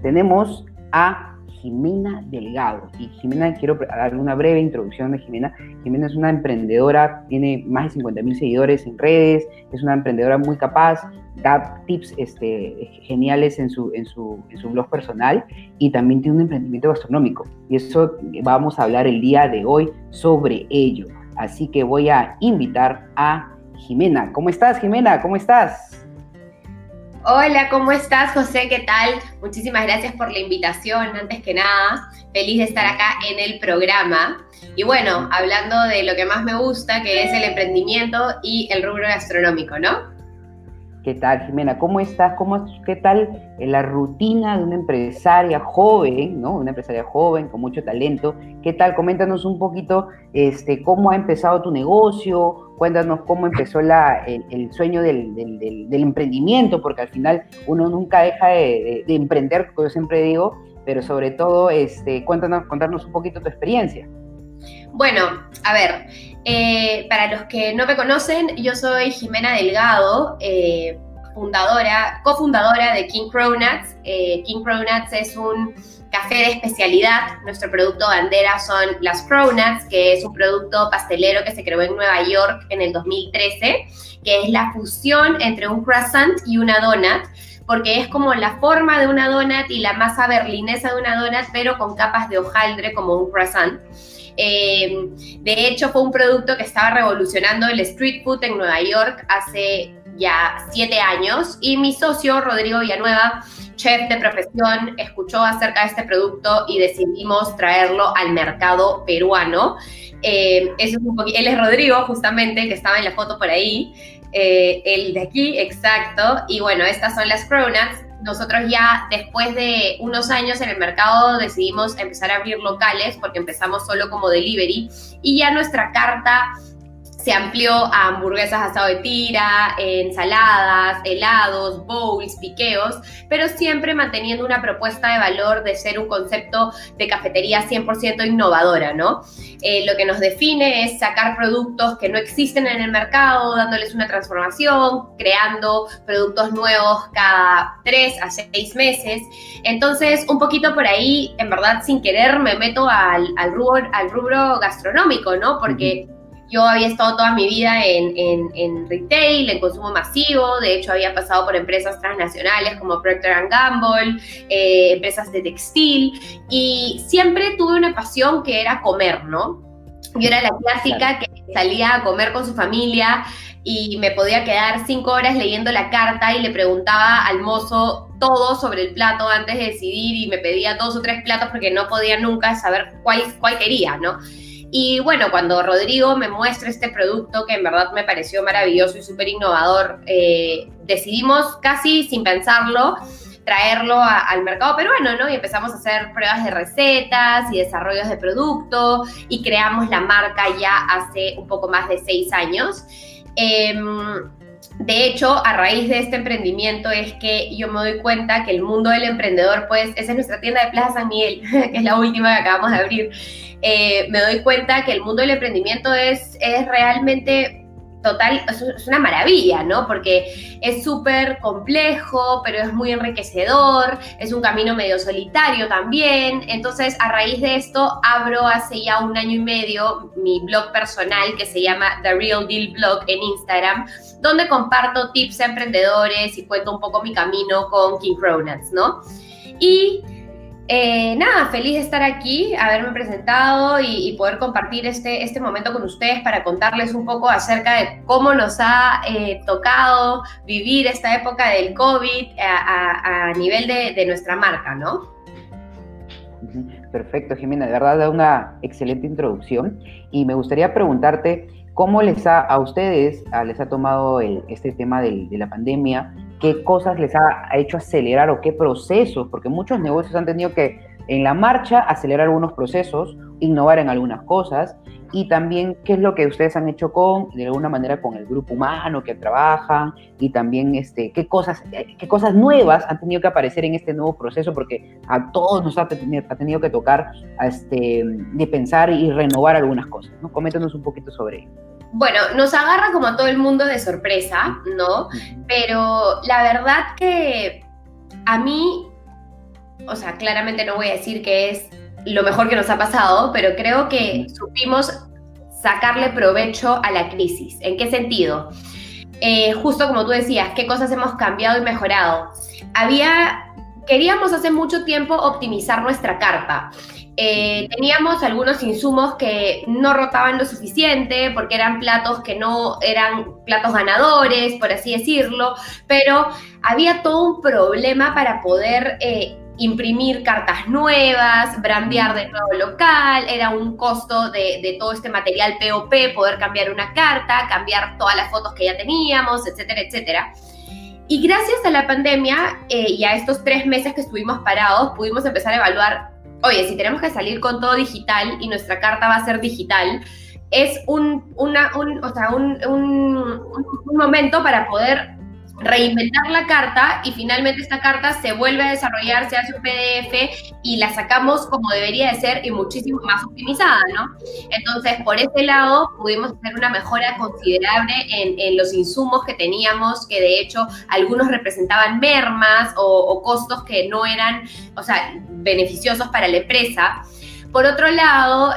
tenemos a Jimena Delgado. Y Jimena, quiero darle una breve introducción de Jimena. Jimena es una emprendedora, tiene más de 50,000 seguidores en redes, es una emprendedora muy capaz, da tips geniales en su blog personal, y también tiene un emprendimiento gastronómico. Y eso vamos a hablar el día de hoy sobre ello. Así que voy a invitar a Jimena. ¿Cómo estás, Jimena? ¿Cómo estás? Hola, ¿cómo estás, José? ¿Qué tal? Muchísimas gracias por la invitación, antes que nada. Feliz de estar acá en el programa. Y bueno, hablando de lo que más me gusta, que es el emprendimiento y el rubro gastronómico, ¿no? ¿Qué tal, Jimena? ¿Cómo estás? ¿Qué tal la rutina de una empresaria joven, ¿no? Una empresaria joven con mucho talento. ¿Qué tal? Coméntanos un poquito cómo ha empezado tu negocio. Cuéntanos cómo empezó el sueño del emprendimiento, porque al final uno nunca deja de emprender, como yo siempre digo, pero sobre todo contarnos un poquito tu experiencia. Bueno, a ver, para los que no me conocen, yo soy Jimena Delgado, cofundadora de King Cronuts. King Cronuts es un café de especialidad. Nuestro producto bandera son las Cronuts, que es un producto pastelero que se creó en Nueva York en el 2013, que es la fusión entre un croissant y una donut, porque es como la forma de una donut y la masa berlinesa de una donut, pero con capas de hojaldre como un croissant. De hecho, fue un producto que estaba revolucionando el street food en Nueva York hace ya 7 años, y mi socio, Rodrigo Villanueva, chef de profesión, escuchó acerca de este producto y decidimos traerlo al mercado peruano. Él es Rodrigo, justamente, que estaba en la foto por ahí, el de aquí, exacto, y bueno, estas son las Cronuts. Nosotros ya después de unos años en el mercado decidimos empezar a abrir locales, porque empezamos solo como delivery, y ya nuestra carta se amplió a hamburguesas asado de tira, ensaladas, helados, bowls, piqueos, pero siempre manteniendo una propuesta de valor de ser un concepto de cafetería 100% innovadora, ¿no? Lo que nos define es sacar productos que no existen en el mercado, dándoles una transformación, creando productos nuevos cada 3 a 6 meses. Entonces, un poquito por ahí, en verdad, sin querer, me meto al rubro gastronómico, ¿no? Porque yo había estado toda mi vida en retail, en consumo masivo. De hecho, había pasado por empresas transnacionales como Procter & Gamble, empresas de textil, y siempre tuve una pasión que era comer, ¿no? Yo era la clásica que salía a comer con su familia y me podía quedar 5 horas leyendo la carta y le preguntaba al mozo todo sobre el plato antes de decidir, y me pedía 2 o 3 platos porque no podía nunca saber cuál quería, ¿no? Y bueno, cuando Rodrigo me muestra este producto, que en verdad me pareció maravilloso y súper innovador, decidimos casi sin pensarlo traerlo al mercado peruano, ¿no? Y empezamos a hacer pruebas de recetas y desarrollos de producto, y creamos la marca ya hace un poco más de 6 años. De hecho, a raíz de este emprendimiento es que yo me doy cuenta que el mundo del emprendedor, pues, esa es nuestra tienda de Plaza San Miguel, que es la última que acabamos de abrir. Me doy cuenta que el mundo del emprendimiento es realmente total, es una maravilla, ¿no? Porque es súper complejo, pero es muy enriquecedor, es un camino medio solitario también. Entonces, a raíz de esto, abro hace ya 1 año y medio mi blog personal, que se llama The Real Deal Blog, en Instagram, donde comparto tips a emprendedores y cuento un poco mi camino con King Cronuts, ¿no? Y nada, feliz de estar aquí, haberme presentado y poder compartir este momento con ustedes para contarles un poco acerca de cómo nos ha tocado vivir esta época del COVID a nivel de nuestra marca, ¿no? Perfecto, Jimena, de verdad da una excelente introducción, y me gustaría preguntarte cómo a ustedes les ha tomado este tema de la pandemia. ¿Qué cosas les ha hecho acelerar, o qué procesos? Porque muchos negocios han tenido que, en la marcha, acelerar algunos procesos, innovar en algunas cosas, y también qué es lo que ustedes han hecho de alguna manera, con el grupo humano que trabajan, y también qué cosas nuevas han tenido que aparecer en este nuevo proceso, porque a todos nos ha tenido que tocar de pensar y renovar algunas cosas, ¿no? Coméntanos un poquito sobre ello. Bueno, nos agarra como a todo el mundo de sorpresa, ¿no? Pero la verdad que a mí o sea, claramente no voy a decir que es lo mejor que nos ha pasado, pero creo que supimos sacarle provecho a la crisis. ¿En qué sentido? Justo como tú decías, ¿qué cosas hemos cambiado y mejorado? Queríamos hace mucho tiempo optimizar nuestra carta. Teníamos algunos insumos que no rotaban lo suficiente porque eran platos que no eran platos ganadores, por así decirlo, pero había todo un problema para poder imprimir cartas nuevas, brandear de nuevo local, era un costo de todo este material POP, poder cambiar una carta, cambiar todas las fotos que ya teníamos, etcétera, etcétera. Y gracias a la pandemia y a estos 3 meses que estuvimos parados, pudimos empezar a evaluar, oye, si tenemos que salir con todo digital y nuestra carta va a ser digital, es un momento para poder reinventar la carta y finalmente esta carta se vuelve a desarrollar, se hace un PDF y la sacamos como debería de ser y muchísimo más optimizada, ¿no? Entonces, por ese lado, pudimos hacer una mejora considerable en los insumos que teníamos, que de hecho algunos representaban mermas o costos que no eran, o sea, beneficiosos para la empresa. Por otro lado,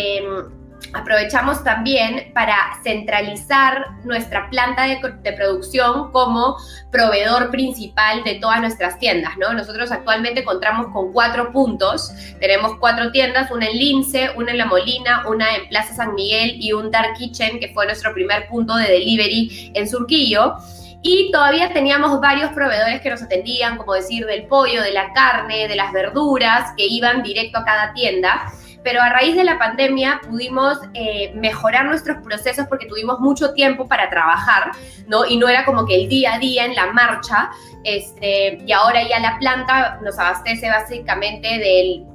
aprovechamos también para centralizar nuestra planta de producción como proveedor principal de todas nuestras tiendas, ¿no? Nosotros actualmente contamos con 4 puntos, tenemos 4 tiendas, una en Lince, una en La Molina, una en Plaza San Miguel y un Dark Kitchen, que fue nuestro primer punto de delivery en Surquillo. Y todavía teníamos varios proveedores que nos atendían, como decir, del pollo, de la carne, de las verduras, que iban directo a cada tienda. Pero a raíz de la pandemia pudimos mejorar nuestros procesos porque tuvimos mucho tiempo para trabajar, ¿no? Y no era como que el día a día en la marcha, y ahora ya la planta nos abastece básicamente del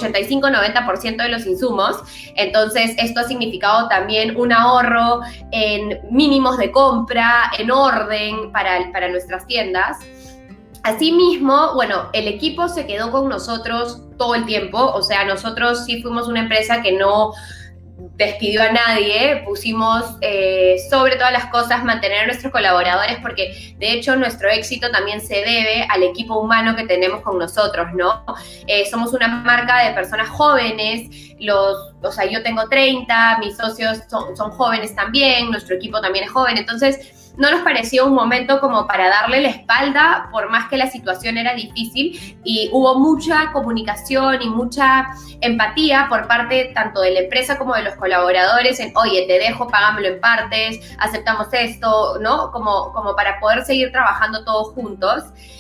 85-90% de los insumos. Entonces, esto ha significado también un ahorro en mínimos de compra, en orden para nuestras tiendas. Asimismo, bueno, el equipo se quedó con nosotros todo el tiempo, o sea, nosotros sí fuimos una empresa que no despidió a nadie, pusimos sobre todas las cosas mantener a nuestros colaboradores porque de hecho nuestro éxito también se debe al equipo humano que tenemos con nosotros, ¿no? Somos una marca de personas jóvenes, o sea, yo tengo 30, mis socios son jóvenes también, nuestro equipo también es joven, entonces no nos pareció un momento como para darle la espalda, por más que la situación era difícil, y hubo mucha comunicación y mucha empatía por parte tanto de la empresa como de los colaboradores en, oye, te dejo, págamelo en partes, aceptamos esto, ¿no? Como para poder seguir trabajando todos juntos.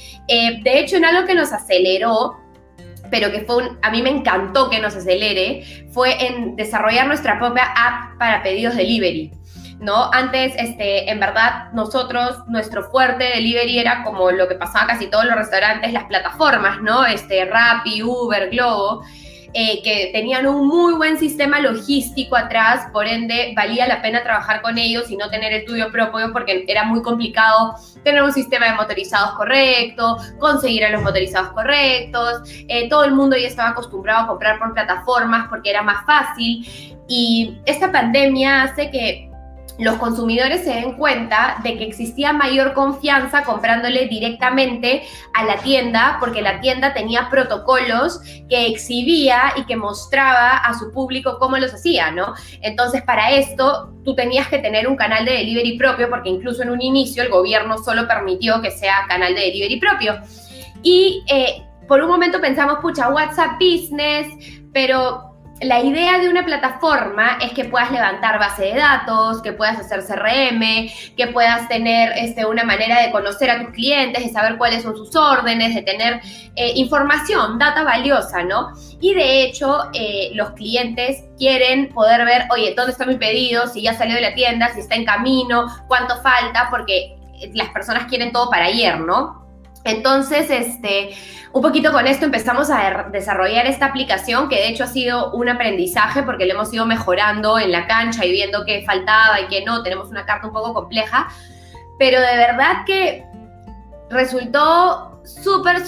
De hecho, en algo que nos aceleró, pero que a mí me encantó que nos acelere, fue en desarrollar nuestra propia app para pedidos delivery, ¿no? Antes, en verdad, nuestro fuerte delivery era como lo que pasaba casi todos los restaurantes, las plataformas, ¿no? Rappi, Uber, Globo, que tenían un muy buen sistema logístico atrás, por ende, valía la pena trabajar con ellos y no tener el tuyo propio porque era muy complicado tener un sistema de motorizados correcto, conseguir a los motorizados correctos, todo el mundo ya estaba acostumbrado a comprar por plataformas porque era más fácil, y esta pandemia hace que los consumidores se den cuenta de que existía mayor confianza comprándole directamente a la tienda, porque la tienda tenía protocolos que exhibía y que mostraba a su público cómo los hacía, ¿no? Entonces, para esto, tú tenías que tener un canal de delivery propio, porque incluso en un inicio el gobierno solo permitió que sea canal de delivery propio. Y por un momento pensamos, pucha, WhatsApp Business, pero la idea de una plataforma es que puedas levantar base de datos, que puedas hacer CRM, que puedas tener una manera de conocer a tus clientes, de saber cuáles son sus órdenes, de tener información, data valiosa, ¿no? Y de hecho, los clientes quieren poder ver, oye, ¿dónde está mi pedido? Si ya salió de la tienda, si está en camino, cuánto falta, porque las personas quieren todo para ayer, ¿no? Entonces, un poquito con esto empezamos a desarrollar esta aplicación, que de hecho ha sido un aprendizaje porque lo hemos ido mejorando en la cancha y viendo qué faltaba y qué no. Tenemos una carta un poco compleja, pero de verdad que resultó súper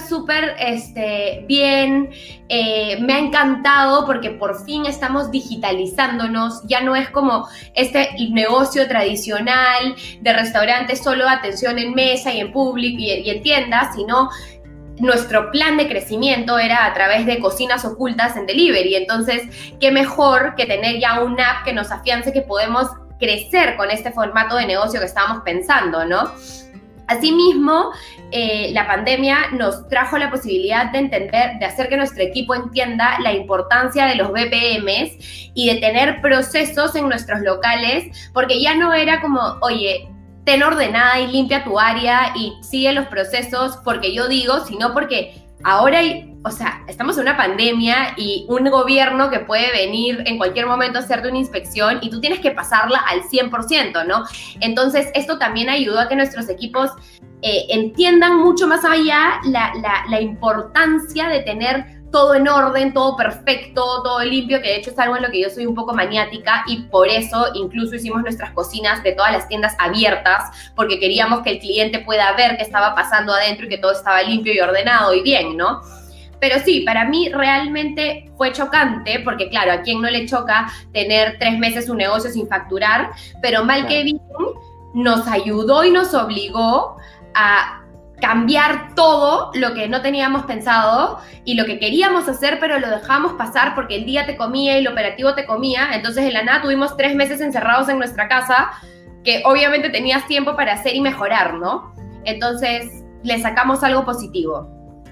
bien. Me ha encantado porque por fin estamos digitalizándonos. Ya no es como este negocio tradicional de restaurantes, solo atención en mesa y en público y en tiendas, sino nuestro plan de crecimiento era a través de cocinas ocultas en delivery. Entonces, qué mejor que tener ya una app que nos afiance que podemos crecer con este formato de negocio que estábamos pensando, ¿no? Asimismo, la pandemia nos trajo la posibilidad de entender, de hacer que nuestro equipo entienda la importancia de los BPMs y de tener procesos en nuestros locales, porque ya no era como, oye, ten ordenada y limpia tu área y sigue los procesos porque yo digo, sino porque ahora estamos en una pandemia y un gobierno que puede venir en cualquier momento a hacerte una inspección y tú tienes que pasarla al 100%, ¿no? Entonces, esto también ayudó a que nuestros equipos entiendan mucho más allá la importancia de tener todo en orden, todo perfecto, todo limpio, que de hecho es algo en lo que yo soy un poco maniática y por eso incluso hicimos nuestras cocinas de todas las tiendas abiertas, porque queríamos que el cliente pueda ver qué estaba pasando adentro y que todo estaba limpio y ordenado y bien, ¿no? Pero sí, para mí realmente fue chocante, porque claro, a quién no le choca tener 3 meses un negocio sin facturar, pero mal que bien nos ayudó y nos obligó a cambiar todo lo que no teníamos pensado y lo que queríamos hacer, pero lo dejamos pasar porque el día te comía y el operativo te comía. Entonces, en la nada tuvimos 3 meses encerrados en nuestra casa, que obviamente tenías tiempo para hacer y mejorar, ¿no? Entonces, le sacamos algo positivo.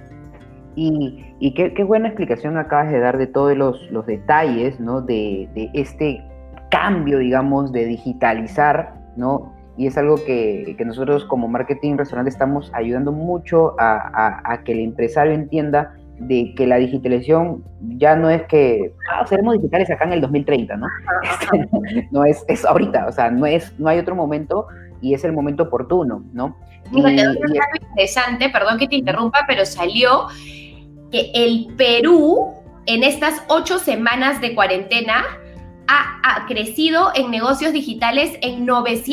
Y qué buena explicación acabas de dar de todos los detalles, ¿no? De este cambio, digamos, de digitalizar, ¿no? Y es algo que nosotros como marketing restaurante estamos ayudando mucho a que el empresario entienda de que la digitalización ya no es que seremos digitales acá en el 2030, ¿no? No es ahorita, o sea, no hay otro momento y es el momento oportuno, ¿no? Mira, te doy un dato interesante, perdón que te interrumpa, pero salió que el Perú en estas 8 semanas de cuarentena ha crecido en negocios digitales en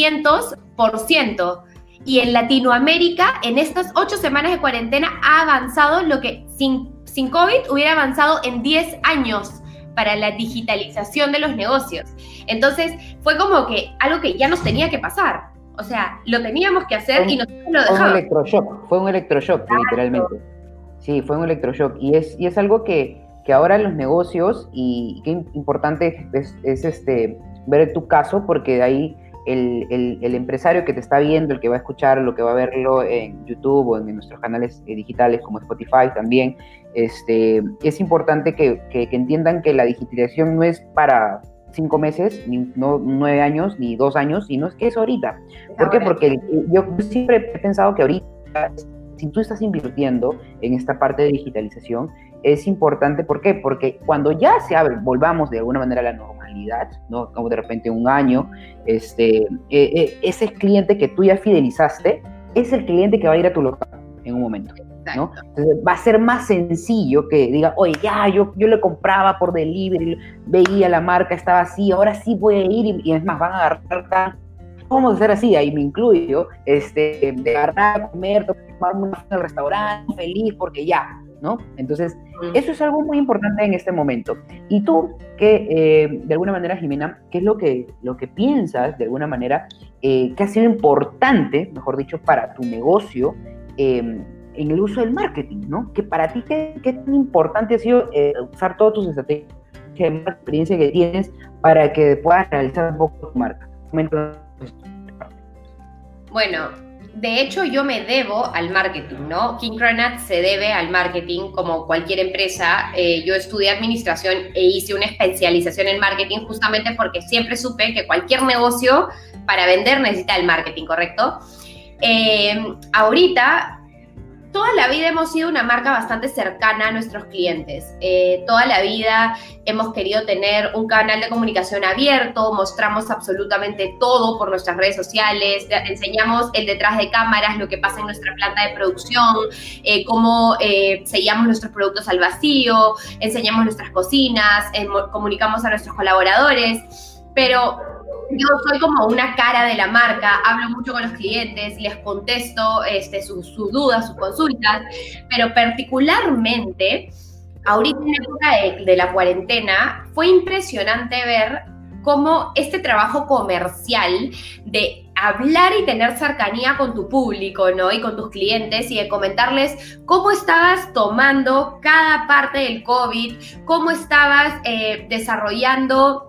900%. Y en Latinoamérica, en estas 8 semanas de cuarentena, ha avanzado lo que sin COVID hubiera avanzado en 10 años para la digitalización de los negocios. Entonces, fue como que algo que ya nos tenía que pasar. O sea, lo teníamos que hacer y nosotros lo dejamos. Fue un electroshock, literalmente. Sí, fue un electroshock. Y es algo que ahora los negocios, y qué importante es ver tu caso, porque de ahí el empresario que te está viendo, el que va a escuchar, lo que va a verlo en YouTube o en nuestros canales digitales como Spotify también, es importante que entiendan que la digitalización no es para 5 meses, ni 9 años, ni 2 años, sino es que es ahorita. ¿Por qué? Porque yo siempre he pensado que ahorita, si tú estás invirtiendo en esta parte de digitalización, es importante. ¿Por qué? Porque cuando ya volvamos de alguna manera a la normalidad, ¿no? Como de repente un año, ese cliente que tú ya fidelizaste es el cliente que va a ir a tu local en un momento, ¿no? Entonces va a ser más sencillo que diga, oye, ya, yo le compraba por delivery, veía la marca, estaba así, ahora sí voy a ir y es más, van a agarrar vamos a hacer así, ahí me incluyo, de agarrar a comer, tomar una cena en el restaurante, feliz, porque ya, ¿no? Entonces, eso es algo muy importante en este momento. Y tú, de alguna manera, Jimena, ¿qué es lo que piensas, de alguna manera, que ha sido importante, mejor dicho, para tu negocio, en el uso del marketing, ¿no? Que para ti, ¿qué tan importante ha sido usar todas tus estrategias, la experiencia que tienes para que puedas realizar un poco tu marca? Bueno, de hecho yo me debo al marketing, ¿no? King Cronuts se debe al marketing como cualquier empresa. Yo estudié administración e hice una especialización en marketing justamente porque siempre supe que cualquier negocio para vender necesita el marketing, ¿correcto? Ahorita, toda la vida hemos sido una marca bastante cercana a nuestros clientes. Toda la vida hemos querido tener un canal de comunicación abierto, mostramos absolutamente todo por nuestras redes sociales, enseñamos el detrás de cámaras, lo que pasa en nuestra planta de producción, cómo sellamos nuestros productos al vacío, enseñamos nuestras cocinas, comunicamos a nuestros colaboradores, pero yo soy como una cara de la marca, hablo mucho con los clientes, les contesto sus dudas, sus consultas, pero particularmente, ahorita en la época de la cuarentena, fue impresionante ver cómo este trabajo comercial de hablar y tener cercanía con tu público, ¿no? Y con tus clientes y de comentarles cómo estabas tomando cada parte del COVID, cómo estabas desarrollando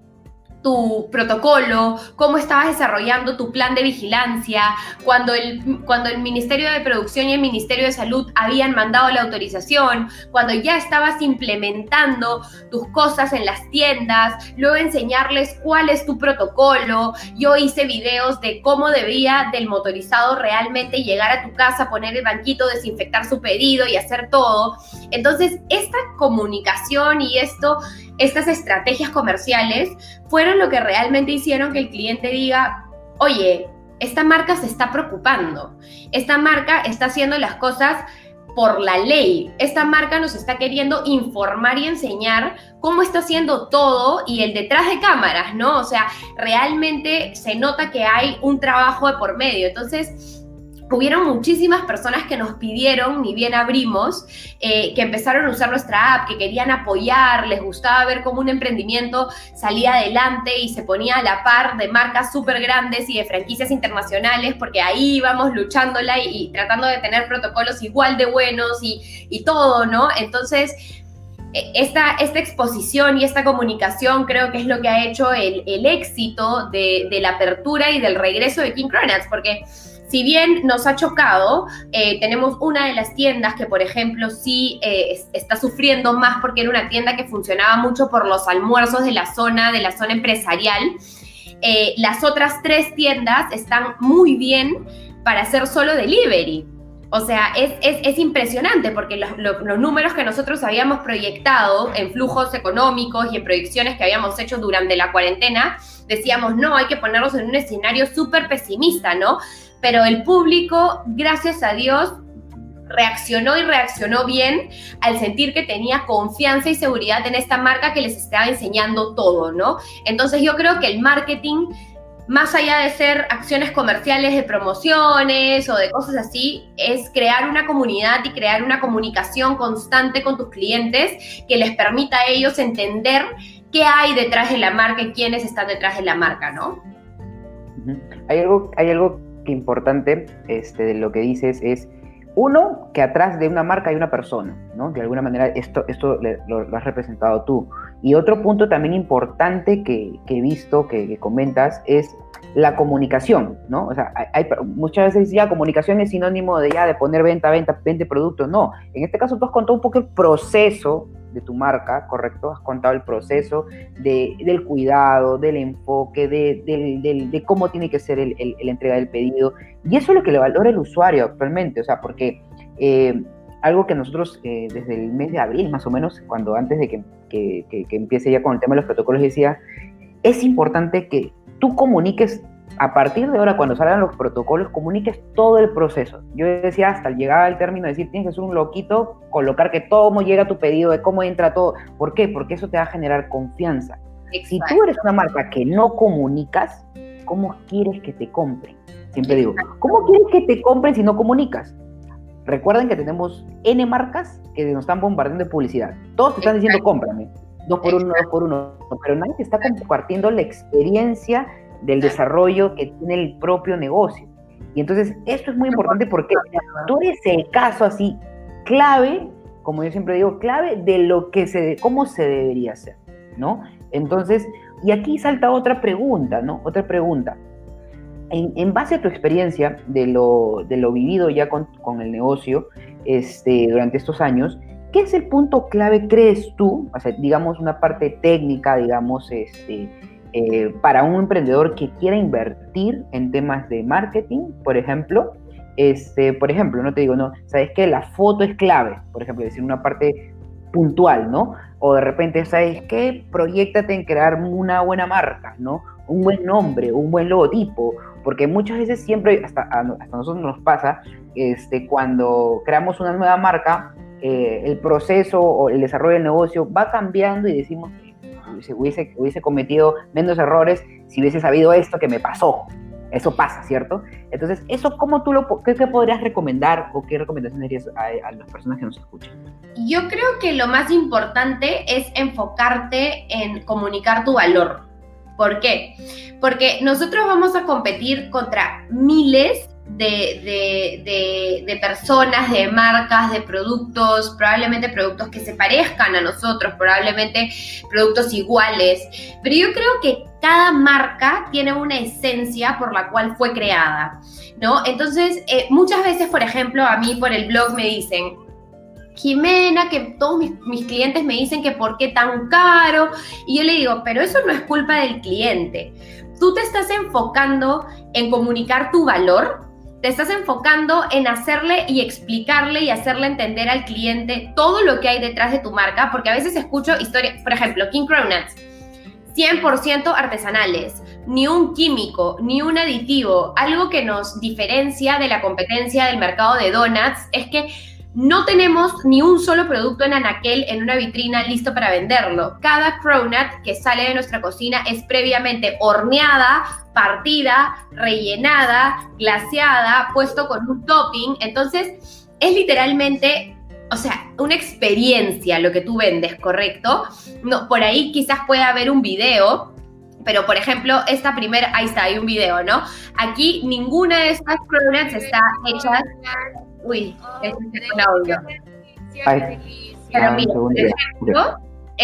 tu protocolo, cómo estabas desarrollando tu plan de vigilancia, cuando el Ministerio de Producción y el Ministerio de Salud habían mandado la autorización, cuando ya estabas implementando tus cosas en las tiendas, luego enseñarles cuál es tu protocolo. Yo hice videos de cómo debía del motorizado realmente llegar a tu casa, poner el banquito, desinfectar su pedido y hacer todo. Entonces, esta comunicación y estas estrategias comerciales fueron lo que realmente hicieron que el cliente diga, oye, esta marca se está preocupando, esta marca está haciendo las cosas por la ley, esta marca nos está queriendo informar y enseñar cómo está haciendo todo y el detrás de cámaras, ¿no? O sea, realmente se nota que hay un trabajo de por medio. Entonces, hubieron muchísimas personas que nos pidieron, ni bien abrimos, que empezaron a usar nuestra app, que querían apoyar, les gustaba ver cómo un emprendimiento salía adelante y se ponía a la par de marcas súper grandes y de franquicias internacionales, porque ahí íbamos luchándola y tratando de tener protocolos igual de buenos y todo, ¿no? Entonces, esta exposición y esta comunicación creo que es lo que ha hecho el éxito de la apertura y del regreso de King Cronuts, porque si bien nos ha chocado, tenemos una de las tiendas que, por ejemplo, sí está sufriendo más porque era una tienda que funcionaba mucho por los almuerzos de la zona empresarial. Las otras 3 tiendas están muy bien para hacer solo delivery. O sea, es impresionante porque los números que nosotros habíamos proyectado en flujos económicos y en proyecciones que habíamos hecho durante la cuarentena, decíamos, no, hay que ponernos en un escenario súper pesimista, ¿no? Pero el público, gracias a Dios, reaccionó bien al sentir que tenía confianza y seguridad en esta marca que les estaba enseñando todo, ¿no? Entonces yo creo que el marketing, más allá de ser acciones comerciales de promociones o de cosas así, es crear una comunidad y crear una comunicación constante con tus clientes que les permita a ellos entender qué hay detrás de la marca y quiénes están detrás de la marca, ¿no? Hay algo que importante de lo que dices es, uno, que atrás de una marca hay una persona, ¿no? De alguna manera esto lo has representado tú. Y otro punto también importante que he visto, que comentas, es la comunicación, ¿no? O sea, muchas veces ya comunicación es sinónimo de poner venta producto. No, en este caso tú has contado un poco el proceso de tu marca, ¿correcto? Has contado el proceso del cuidado, del enfoque, de cómo tiene que ser la entrega del pedido. Y eso es lo que le valora el usuario actualmente, o sea, porque algo que nosotros desde el mes de abril, más o menos, antes de que empiece ya con el tema de los protocolos, decía, es importante que tú comuniques, a partir de ahora, cuando salgan los protocolos, comuniques todo el proceso. Yo decía, hasta llegar al término de decir, tienes que ser un loquito, colocar que cómo llega tu pedido, de cómo entra todo. ¿Por qué? Porque eso te va a generar confianza. Exacto. Si tú eres una marca que no comunicas, ¿cómo quieres que te compren? Siempre digo, ¿cómo quieres que te compren si no comunicas? Recuerden que tenemos N marcas que nos están bombardeando de publicidad. Todos te están diciendo, cómprame. 2x1, pero nadie te está compartiendo la experiencia del desarrollo que tiene el propio negocio. Y entonces esto es muy importante porque tú eres el caso así clave, como yo siempre digo, clave de cómo se debería hacer, ¿no? Entonces, y aquí salta otra pregunta, ¿no? Otra pregunta. En base a tu experiencia de lo vivido ya con el negocio durante estos años, ¿qué es el punto clave, crees tú? O sea, digamos, una parte técnica, digamos, para un emprendedor que quiera invertir en temas de marketing, por ejemplo, no te digo, no, ¿sabes qué? La foto es clave, por ejemplo, decir una parte puntual, ¿no? O de repente, ¿sabes qué? Proyéctate en crear una buena marca, ¿no? Un buen nombre, un buen logotipo, porque muchas veces siempre, hasta nosotros nos pasa, cuando creamos una nueva marca, el proceso o el desarrollo del negocio va cambiando y decimos, hubiese cometido menos errores si hubiese sabido esto que me pasó. Eso pasa, ¿cierto? Entonces, ¿eso cómo qué podrías recomendar o qué recomendaciones darías a las personas que nos escuchan? Yo creo que lo más importante es enfocarte en comunicar tu valor. ¿Por qué? Porque nosotros vamos a competir contra miles de personas, de marcas, de productos, probablemente productos que se parezcan a nosotros, probablemente productos iguales, pero yo creo que cada marca tiene una esencia por la cual fue creada, ¿no? Entonces, muchas veces, por ejemplo, a mí por el blog me dicen, Jimena, que todos mis clientes me dicen que por qué tan caro, y yo le digo, pero eso no es culpa del cliente. Tú te estás enfocando en comunicar tu valor, te estás enfocando en hacerle y explicarle y hacerle entender al cliente todo lo que hay detrás de tu marca, porque a veces escucho historias, por ejemplo, King Cronuts, 100% artesanales, ni un químico, ni un aditivo. Algo que nos diferencia de la competencia del mercado de donuts es que no tenemos ni un solo producto en anaquel en una vitrina listo para venderlo. Cada cronut que sale de nuestra cocina es previamente horneada, partida, rellenada, glaseada, puesto con un topping. Entonces, es literalmente, o sea, una experiencia lo que tú vendes, ¿correcto? No, por ahí quizás pueda haber un video, pero por ejemplo, esta primera, ahí está, hay un video, ¿no? Aquí ninguna de estas cronuts está hecha. Uy, este es un audio. Pero mira, por ejemplo,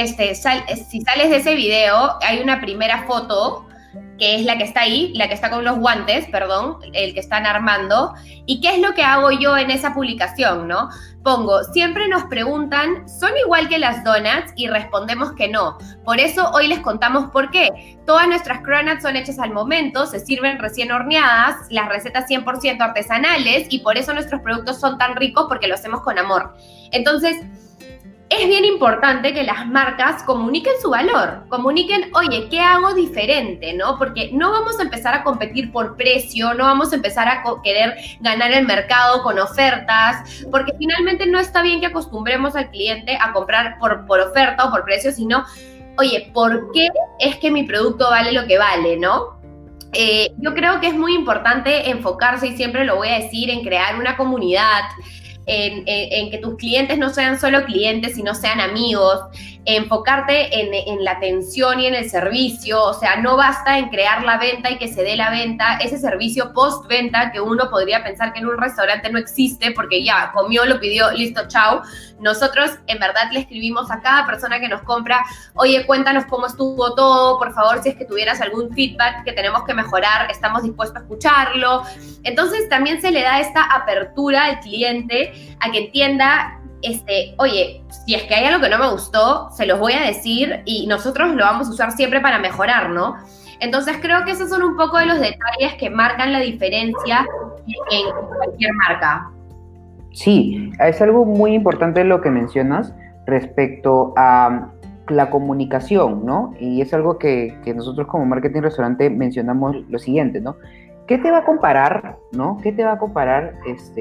si sales de ese video, hay una primera foto, que es la que está ahí, la que está con los guantes, perdón, el que están armando. ¿Y qué es lo que hago yo en esa publicación, no? Pongo, siempre nos preguntan, ¿son igual que las donuts? Y respondemos que no. Por eso hoy les contamos por qué. Todas nuestras cronuts son hechas al momento, se sirven recién horneadas, las recetas 100% artesanales, y por eso nuestros productos son tan ricos, porque lo hacemos con amor. Entonces, es bien importante que las marcas comuniquen su valor, comuniquen, oye, ¿qué hago diferente? ¿No? Porque no vamos a empezar a competir por precio, no vamos a empezar a querer ganar el mercado con ofertas, porque finalmente no está bien que acostumbremos al cliente a comprar por oferta o por precio, sino, oye, ¿por qué es que mi producto vale lo que vale? ¿No? Yo creo que es muy importante enfocarse, y siempre lo voy a decir, en crear una comunidad, en que tus clientes no sean solo clientes, sino sean amigos, enfocarte en la atención y en el servicio. O sea, no basta en crear la venta y que se dé la venta, ese servicio post-venta que uno podría pensar que en un restaurante no existe, porque ya comió, lo pidió, listo, chao. Nosotros en verdad le escribimos a cada persona que nos compra, oye, cuéntanos cómo estuvo todo, por favor, si es que tuvieras algún feedback que tenemos que mejorar, estamos dispuestos a escucharlo. Entonces también se le da esta apertura al cliente a que entienda, oye, si es que hay algo que no me gustó, se los voy a decir y nosotros lo vamos a usar siempre para mejorar, ¿no? Entonces creo que esos son un poco de los detalles que marcan la diferencia en cualquier marca. Sí, es algo muy importante lo que mencionas respecto a la comunicación, ¿no? Y es algo que nosotros como marketing restaurante mencionamos lo siguiente, ¿no? ¿Qué te va a comparar, no? ¿Qué te va a comparar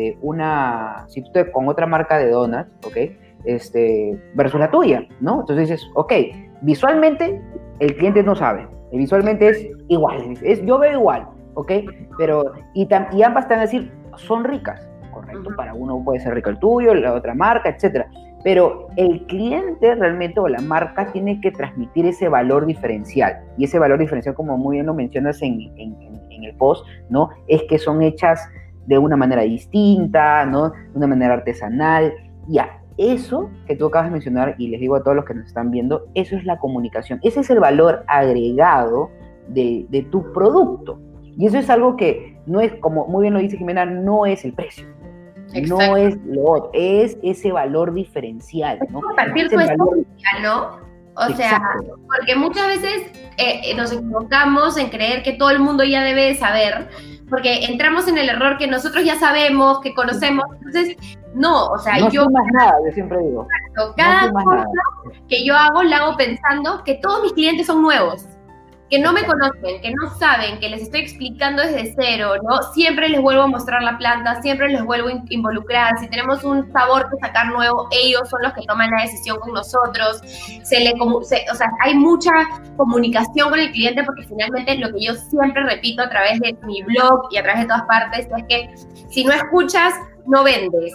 si tú con otra marca de donuts, ¿ok? Versus la tuya, ¿no? Entonces dices, ok, visualmente el cliente no sabe, visualmente es igual, yo veo igual, ¿ok? Pero, y ambas te van a decir, son ricas, correcto, para uno puede ser rico el tuyo, la otra marca, etcétera. Pero el cliente realmente, o la marca, tiene que transmitir ese valor diferencial. Y ese valor diferencial, como muy bien lo mencionas en el post, ¿no? Es que son hechas de una manera distinta, ¿no? De una manera artesanal. Ya, eso que tú acabas de mencionar, y les digo a todos los que nos están viendo, eso es la comunicación. Ese es el valor agregado de tu producto. Y eso es algo que no es, como muy bien lo dice Jimena, no es el precio. Exacto. No es lo otro, es ese valor diferencial, ¿no? Compartir tu esencia, ¿no? O sea, porque muchas veces nos equivocamos en creer que todo el mundo ya debe de saber, porque entramos en el error que nosotros ya sabemos, que conocemos, entonces, no, o sea, no yo... No más nada, yo siempre digo. Exacto, cada cosa que yo hago, la hago pensando que todos mis clientes son nuevos, que no me conocen, que no saben, que les estoy explicando desde cero, ¿no? Siempre les vuelvo a mostrar la planta, siempre les vuelvo a involucrar. Si tenemos un sabor que sacar nuevo, ellos son los que toman la decisión con nosotros. O sea, hay mucha comunicación con el cliente, porque finalmente lo que yo siempre repito a través de mi blog y a través de todas partes es que si no escuchas, no vendes.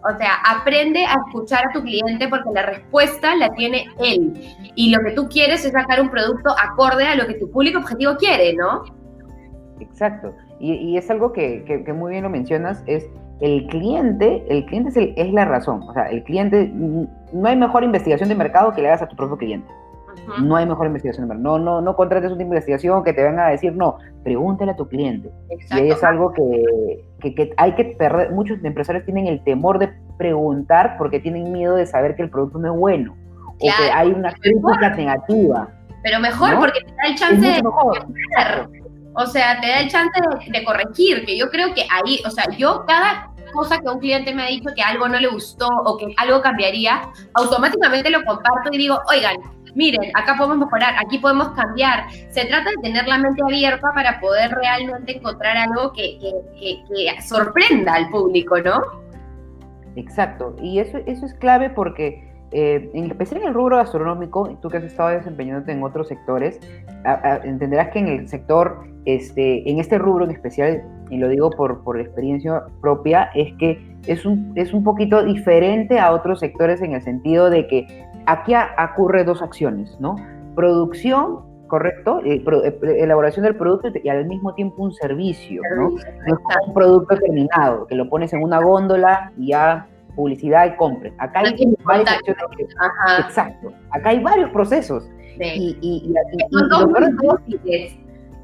O sea, aprende a escuchar a tu cliente porque la respuesta la tiene él. Y lo que tú quieres es sacar un producto acorde a lo que tu público objetivo quiere, ¿no? Exacto. Y es algo que muy bien lo mencionas, es el cliente es la razón. O sea, el cliente, no hay mejor investigación de mercado que le hagas a tu propio cliente. Uh-huh. No hay mejor investigación de mercado. No contrates una investigación que te venga a decir, no, pregúntale a tu cliente. Exacto. Y es algo que hay que perder. Muchos empresarios tienen el temor de preguntar porque tienen miedo de saber que el producto no es bueno. Claro, o que hay una crítica negativa. Pero mejor, ¿no? Porque te da el chance de mejorar. O sea, te da el chance de corregir, que yo creo que ahí, o sea, yo cada cosa que un cliente me ha dicho que algo no le gustó o que algo cambiaría, automáticamente lo comparto y digo, oigan, miren, acá podemos mejorar, aquí podemos cambiar. Se trata de tener la mente abierta para poder realmente encontrar algo que sorprenda al público, ¿no? Exacto, y eso es clave porque en especial en el rubro gastronómico, tú que has estado desempeñándote en otros sectores, entenderás que en el sector, en este rubro en especial, y lo digo por experiencia propia, es que es un poquito diferente a otros sectores en el sentido de que aquí ocurre dos acciones, ¿no? Producción, correcto, elaboración del producto y al mismo tiempo un servicio, ¿no? No es como un producto terminado, que lo pones en una góndola y ya publicidad y compren. Acá hay varias acciones exacto. Acá hay varios procesos. Sí. Y lo peor de todo es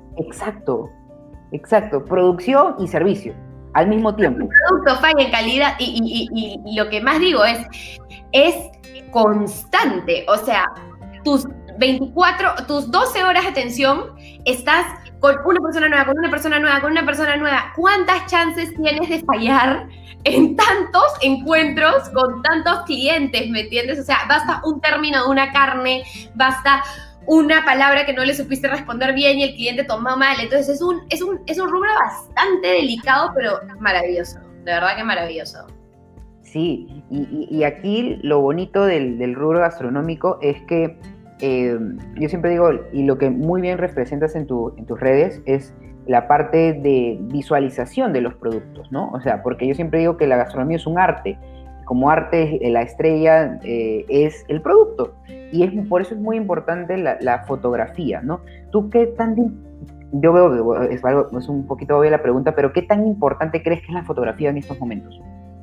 exacto. Producción y servicio al mismo tiempo. El producto falla en calidad y lo que más digo es constante. O sea, tus 12 horas de atención estás con una persona nueva. ¿Cuántas chances tienes de fallar en tantos encuentros con tantos clientes, me entiendes? O sea, basta un término de una carne, basta una palabra que no le supiste responder bien y el cliente tomó mal. Entonces es un rubro bastante delicado, pero maravilloso, de verdad que maravilloso. Sí, y aquí lo bonito del rubro gastronómico es que yo siempre digo, y lo que muy bien representas en tus redes es la parte de visualización de los productos, ¿no? O sea, porque yo siempre digo que la gastronomía es un arte, como arte la estrella es el producto, y por eso es muy importante la fotografía, ¿no? ¿Tú qué tan... Yo veo, es un poquito obvia la pregunta, pero ¿qué tan importante crees que es la fotografía en estos momentos?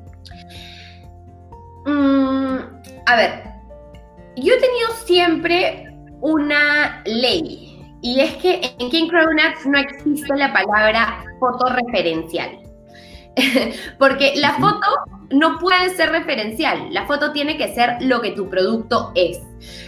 A ver, yo he tenido siempre una ley, y es que en King Cronuts no existe la palabra fotorreferencial. Porque la foto no puede ser referencial, la foto tiene que ser lo que tu producto es.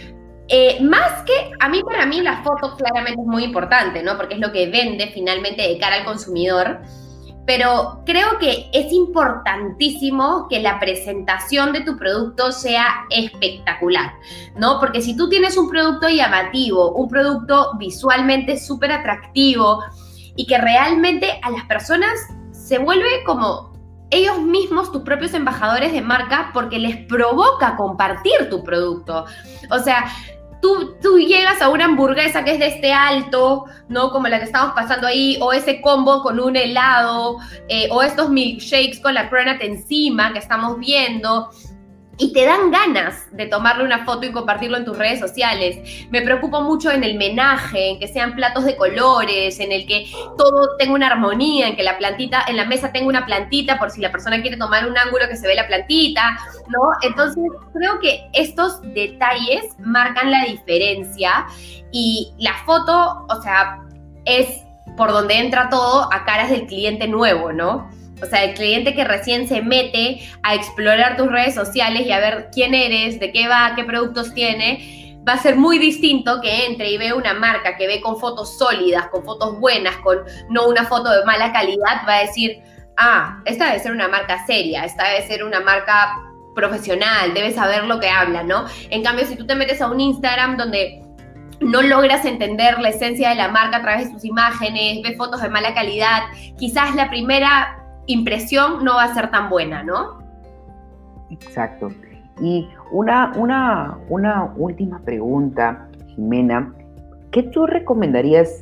Más que, para mí la foto claramente es muy importante, ¿no? Porque es lo que vende finalmente de cara al consumidor. Pero creo que es importantísimo que la presentación de tu producto sea espectacular, ¿no? Porque si tú tienes un producto llamativo, un producto visualmente súper atractivo y que realmente a las personas se vuelve como ellos mismos tus propios embajadores de marca porque les provoca compartir tu producto. O sea, Tú llegas a una hamburguesa que es de este alto, ¿no? Como la que estamos pasando ahí, o ese combo con un helado, o estos milkshakes con la cronut encima que estamos viendo, y te dan ganas de tomarle una foto y compartirlo en tus redes sociales. Me preocupo mucho en el menaje, en que sean platos de colores, en el que todo tenga una armonía, en que en la mesa tenga una plantita por si la persona quiere tomar un ángulo que se ve la plantita, ¿no? Entonces, creo que estos detalles marcan la diferencia y la foto, o sea, es por donde entra todo a caras del cliente nuevo, ¿no? O sea, el cliente que recién se mete a explorar tus redes sociales y a ver quién eres, de qué va, qué productos tiene, va a ser muy distinto que entre y ve una marca que ve con fotos sólidas, con fotos buenas, con no una foto de mala calidad, va a decir, esta debe ser una marca seria, esta debe ser una marca profesional, debe saber lo que habla, ¿no? En cambio, si tú te metes a un Instagram donde no logras entender la esencia de la marca a través de sus imágenes, ves fotos de mala calidad, quizás la primera impresión no va a ser tan buena, ¿no? Exacto. Y una última pregunta, Jimena. ¿Qué tú recomendarías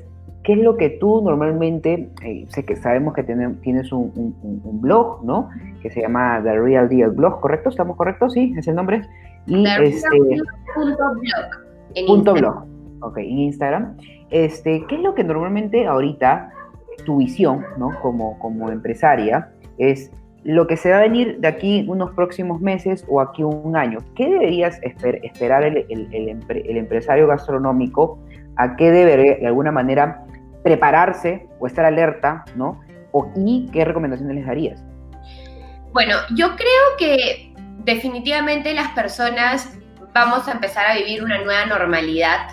¿qué es lo que tú normalmente, sé que sabemos que tienes un blog, ¿no? Que se llama The Real Deal Blog, ¿correcto? ¿Estamos correctos? Sí, es el nombre. Y TheRealDeal.blog en punto Instagram. blog, ok, en Instagram. ¿Qué es lo que normalmente ahorita tu visión, ¿no? Como empresaria, es lo que se va a venir de aquí unos próximos meses o aquí un año? ¿Qué deberías esperar el empresario gastronómico? ¿A qué debería, de alguna manera, prepararse o estar alerta, ¿no? ¿Y qué recomendaciones les darías? Bueno, yo creo que definitivamente las personas vamos a empezar a vivir una nueva normalidad.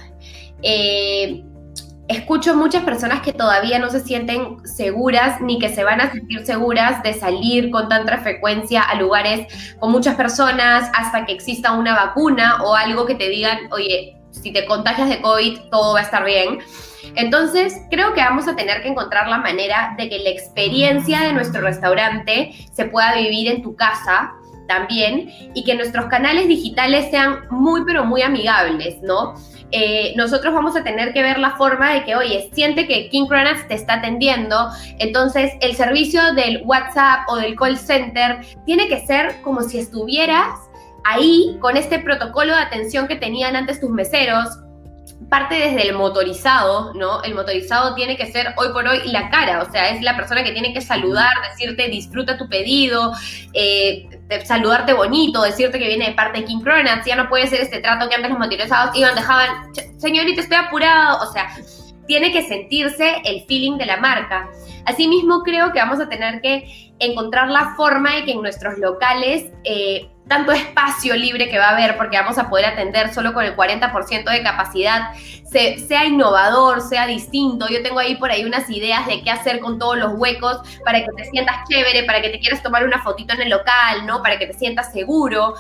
Escucho muchas personas que todavía no se sienten seguras ni que se van a sentir seguras de salir con tanta frecuencia a lugares con muchas personas hasta que exista una vacuna o algo que te digan, oye, si te contagias de COVID, todo va a estar bien. Entonces, creo que vamos a tener que encontrar la manera de que la experiencia de nuestro restaurante se pueda vivir en tu casa también y que nuestros canales digitales sean muy, pero muy amigables, ¿no? Nosotros vamos a tener que ver la forma de que, oye, siente que King Cronuts te está atendiendo, entonces el servicio del WhatsApp o del call center tiene que ser como si estuvieras ahí con este protocolo de atención que tenían antes tus meseros. Parte desde el motorizado, ¿no? El motorizado tiene que ser hoy por hoy la cara, o sea, es la persona que tiene que saludar, decirte disfruta tu pedido, saludarte bonito, decirte que viene de parte de King Cronuts. Ya no puede ser este trato que antes los motorizados iban, dejaban, señorita, estoy apurado, o sea, tiene que sentirse el feeling de la marca. Asimismo, creo que vamos a tener que encontrar la forma de que en nuestros locales tanto espacio libre que va a haber, porque vamos a poder atender solo con el 40% de capacidad, sea innovador, sea distinto. Yo tengo ahí por ahí unas ideas de qué hacer con todos los huecos para que te sientas chévere, para que te quieras tomar una fotito en el local, ¿no? Para que te sientas seguro.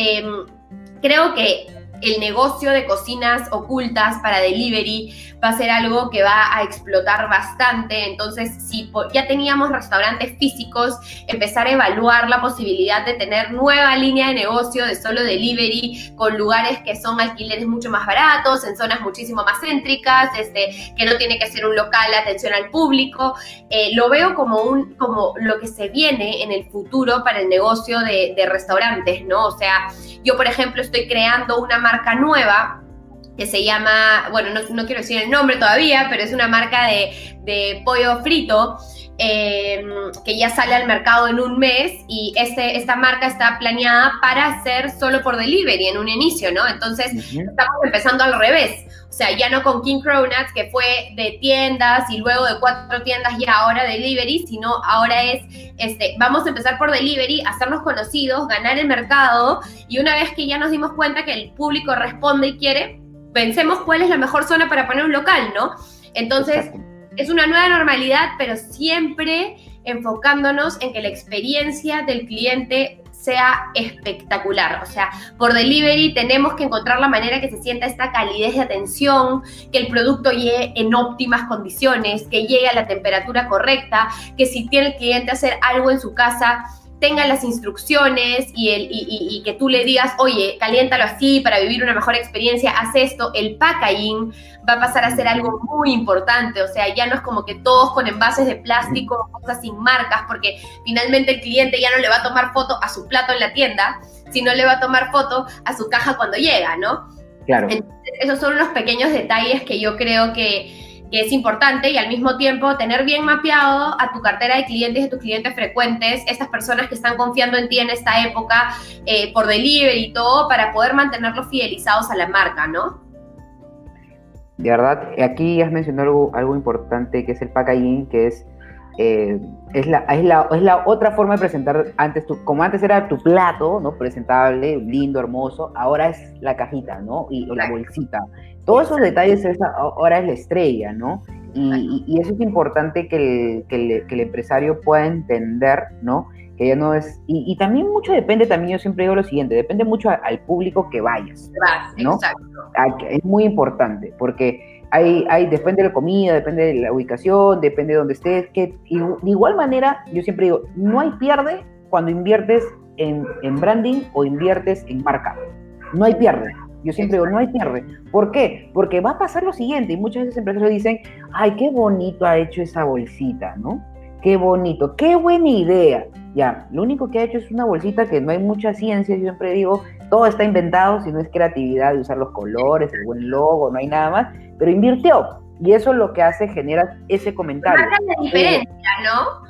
Creo que el negocio de cocinas ocultas para delivery va a ser algo que va a explotar bastante. Entonces, si ya teníamos restaurantes físicos, empezar a evaluar la posibilidad de tener nueva línea de negocio de solo delivery, con lugares que son alquileres mucho más baratos, en zonas muchísimo más céntricas, que no tiene que ser un local de atención al público. Lo veo como lo que se viene en el futuro para el negocio de restaurantes, ¿no? O sea, yo, por ejemplo, estoy creando una marca nueva que se llama, bueno, no quiero decir el nombre todavía, pero es una marca de pollo frito que ya sale al mercado en un mes, y esta marca está planeada para ser solo por delivery en un inicio, ¿no? Entonces, estamos empezando al revés. O sea, ya no con King Cronuts, que fue de tiendas y luego de 4 tiendas y ahora delivery, sino ahora es, vamos a empezar por delivery, hacernos conocidos, ganar el mercado, y una vez que ya nos dimos cuenta que el público responde y quiere, pensemos cuál es la mejor zona para poner un local, ¿no? Entonces, es una nueva normalidad, pero siempre enfocándonos en que la experiencia del cliente sea espectacular. O sea, por delivery tenemos que encontrar la manera que se sienta esta calidez de atención, que el producto llegue en óptimas condiciones, que llegue a la temperatura correcta, que si tiene el cliente hacer algo en su casa, tenga las instrucciones y que tú le digas, oye, caliéntalo así para vivir una mejor experiencia, haz esto. El packaging va a pasar a ser algo muy importante. O sea, ya no es como que todos con envases de plástico, cosas sin marcas, porque finalmente el cliente ya no le va a tomar foto a su plato en la tienda, sino le va a tomar foto a su caja cuando llega, ¿no? Claro. Entonces, esos son los pequeños detalles que yo creo que es importante, y al mismo tiempo tener bien mapeado a tu cartera de clientes y a tus clientes frecuentes, estas personas que están confiando en ti en esta época por delivery y todo, para poder mantenerlos fidelizados a la marca, ¿no? De verdad, aquí has mencionado algo importante, que es el packaging, que es la otra forma de presentar. Como antes era tu plato, ¿no? Presentable, lindo, hermoso, ahora es la cajita, ¿no? O la bolsita. Todos esos detalles ahora es la estrella, ¿no? Y eso es importante que el empresario pueda entender, ¿no? Que ya no es... Y también mucho depende, yo siempre digo lo siguiente, depende mucho al público que vayas, ¿no? Exacto. Es muy importante, porque depende de la comida, depende de la ubicación, depende de donde estés, que de igual manera, yo siempre digo, no hay pierde cuando inviertes en branding o inviertes en marca. No hay pierde. Yo siempre digo, no hay pierde. ¿Por qué? Porque va a pasar lo siguiente, y muchas veces empresarios dicen, ay, qué bonito ha hecho esa bolsita, ¿no? Qué bonito, qué buena idea. Ya, lo único que ha hecho es una bolsita que no hay mucha ciencia, yo siempre digo, todo está inventado, si no es creatividad de usar los colores, el buen logo, no hay nada más, pero invirtió. Y eso es lo que hace, genera ese comentario. Marca la diferencia, ¿no?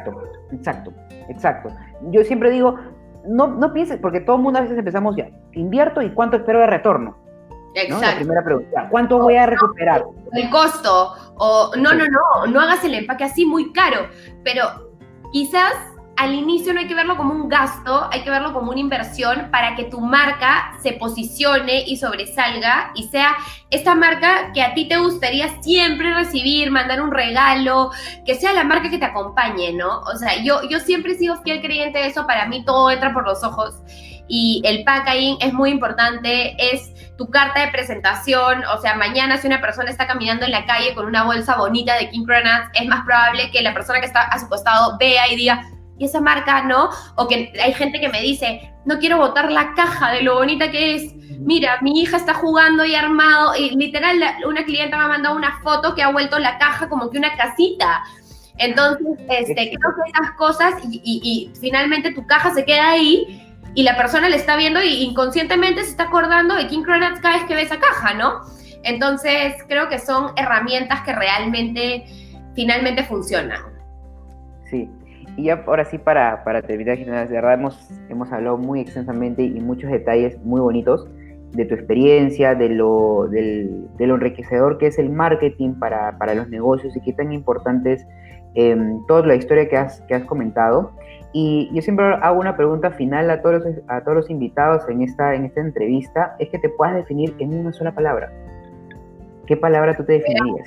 Exacto. Yo siempre digo, no pienses, porque todo el mundo a veces empezamos ya, invierto y cuánto espero de retorno. Exacto. ¿No? La primera pregunta, ¿cuánto voy a recuperar? El costo, o no hagas el empaque así muy caro, pero quizás al inicio no hay que verlo como un gasto, hay que verlo como una inversión para que tu marca se posicione y sobresalga y sea esta marca que a ti te gustaría siempre recibir, mandar un regalo, que sea la marca que te acompañe, ¿no? O sea, yo siempre he sido fiel creyente de eso, para mí todo entra por los ojos y el packaging es muy importante, es tu carta de presentación. O sea, mañana si una persona está caminando en la calle con una bolsa bonita de King Cronuts, es más probable que la persona que está a su costado vea y diga, ¿y esa marca, no? O que hay gente que me dice, no quiero botar la caja de lo bonita que es. Mira, mi hija está jugando y armado, y literal una clienta me ha mandado una foto que ha vuelto la caja como que una casita. Entonces, creo que esas cosas, y finalmente tu caja se queda ahí, y la persona le está viendo y inconscientemente se está acordando de King Cronuts cada vez que ve esa caja, ¿no? Entonces, creo que son herramientas que realmente, finalmente funcionan. Sí. Y ya ahora sí, para terminar, Jimena, de verdad hemos hablado muy extensamente y muchos detalles muy bonitos de tu experiencia, de lo enriquecedor que es el marketing para los negocios y qué tan importante es toda la historia que has comentado. Y yo siempre hago una pregunta final a todos los invitados en esta entrevista, es que te puedas definir en una sola palabra. ¿Qué palabra tú te definirías?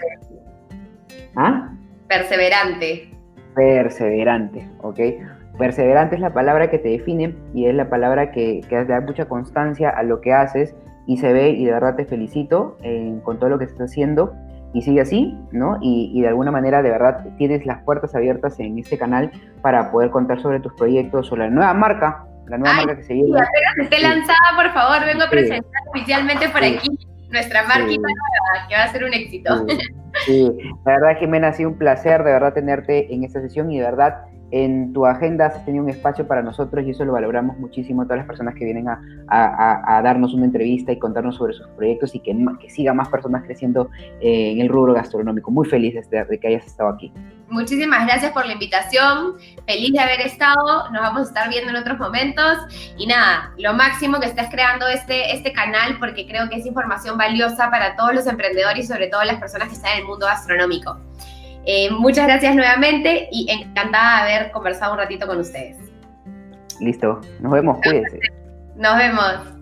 ¿Ah? Perseverante. Perseverante, ¿ok? Perseverante es la palabra que te define y es la palabra que da mucha constancia a lo que haces y se ve, y de verdad te felicito con todo lo que estás haciendo y sigue así, ¿no? Y de alguna manera de verdad tienes las puertas abiertas en este canal para poder contar sobre tus proyectos, sobre la nueva marca que se viene. Apenas esté lanzada, por favor, vengo a presentar oficialmente por aquí nuestra marquita nueva, que va a ser un éxito. Sí, la verdad, Jimena, ha sido un placer de verdad tenerte en esta sesión y de verdad en tu agenda has tenido un espacio para nosotros y eso lo valoramos muchísimo, todas las personas que vienen a darnos una entrevista y contarnos sobre sus proyectos y que sigan más personas creciendo en el rubro gastronómico. Muy feliz de que hayas estado aquí. Muchísimas gracias por la invitación, feliz de haber estado, nos vamos a estar viendo en otros momentos y nada, lo máximo que estés creando este canal porque creo que es información valiosa para todos los emprendedores y sobre todo las personas que están en el mundo gastronómico. Muchas gracias nuevamente y encantada de haber conversado un ratito con ustedes. Listo, nos vemos, cuídense. Nos vemos.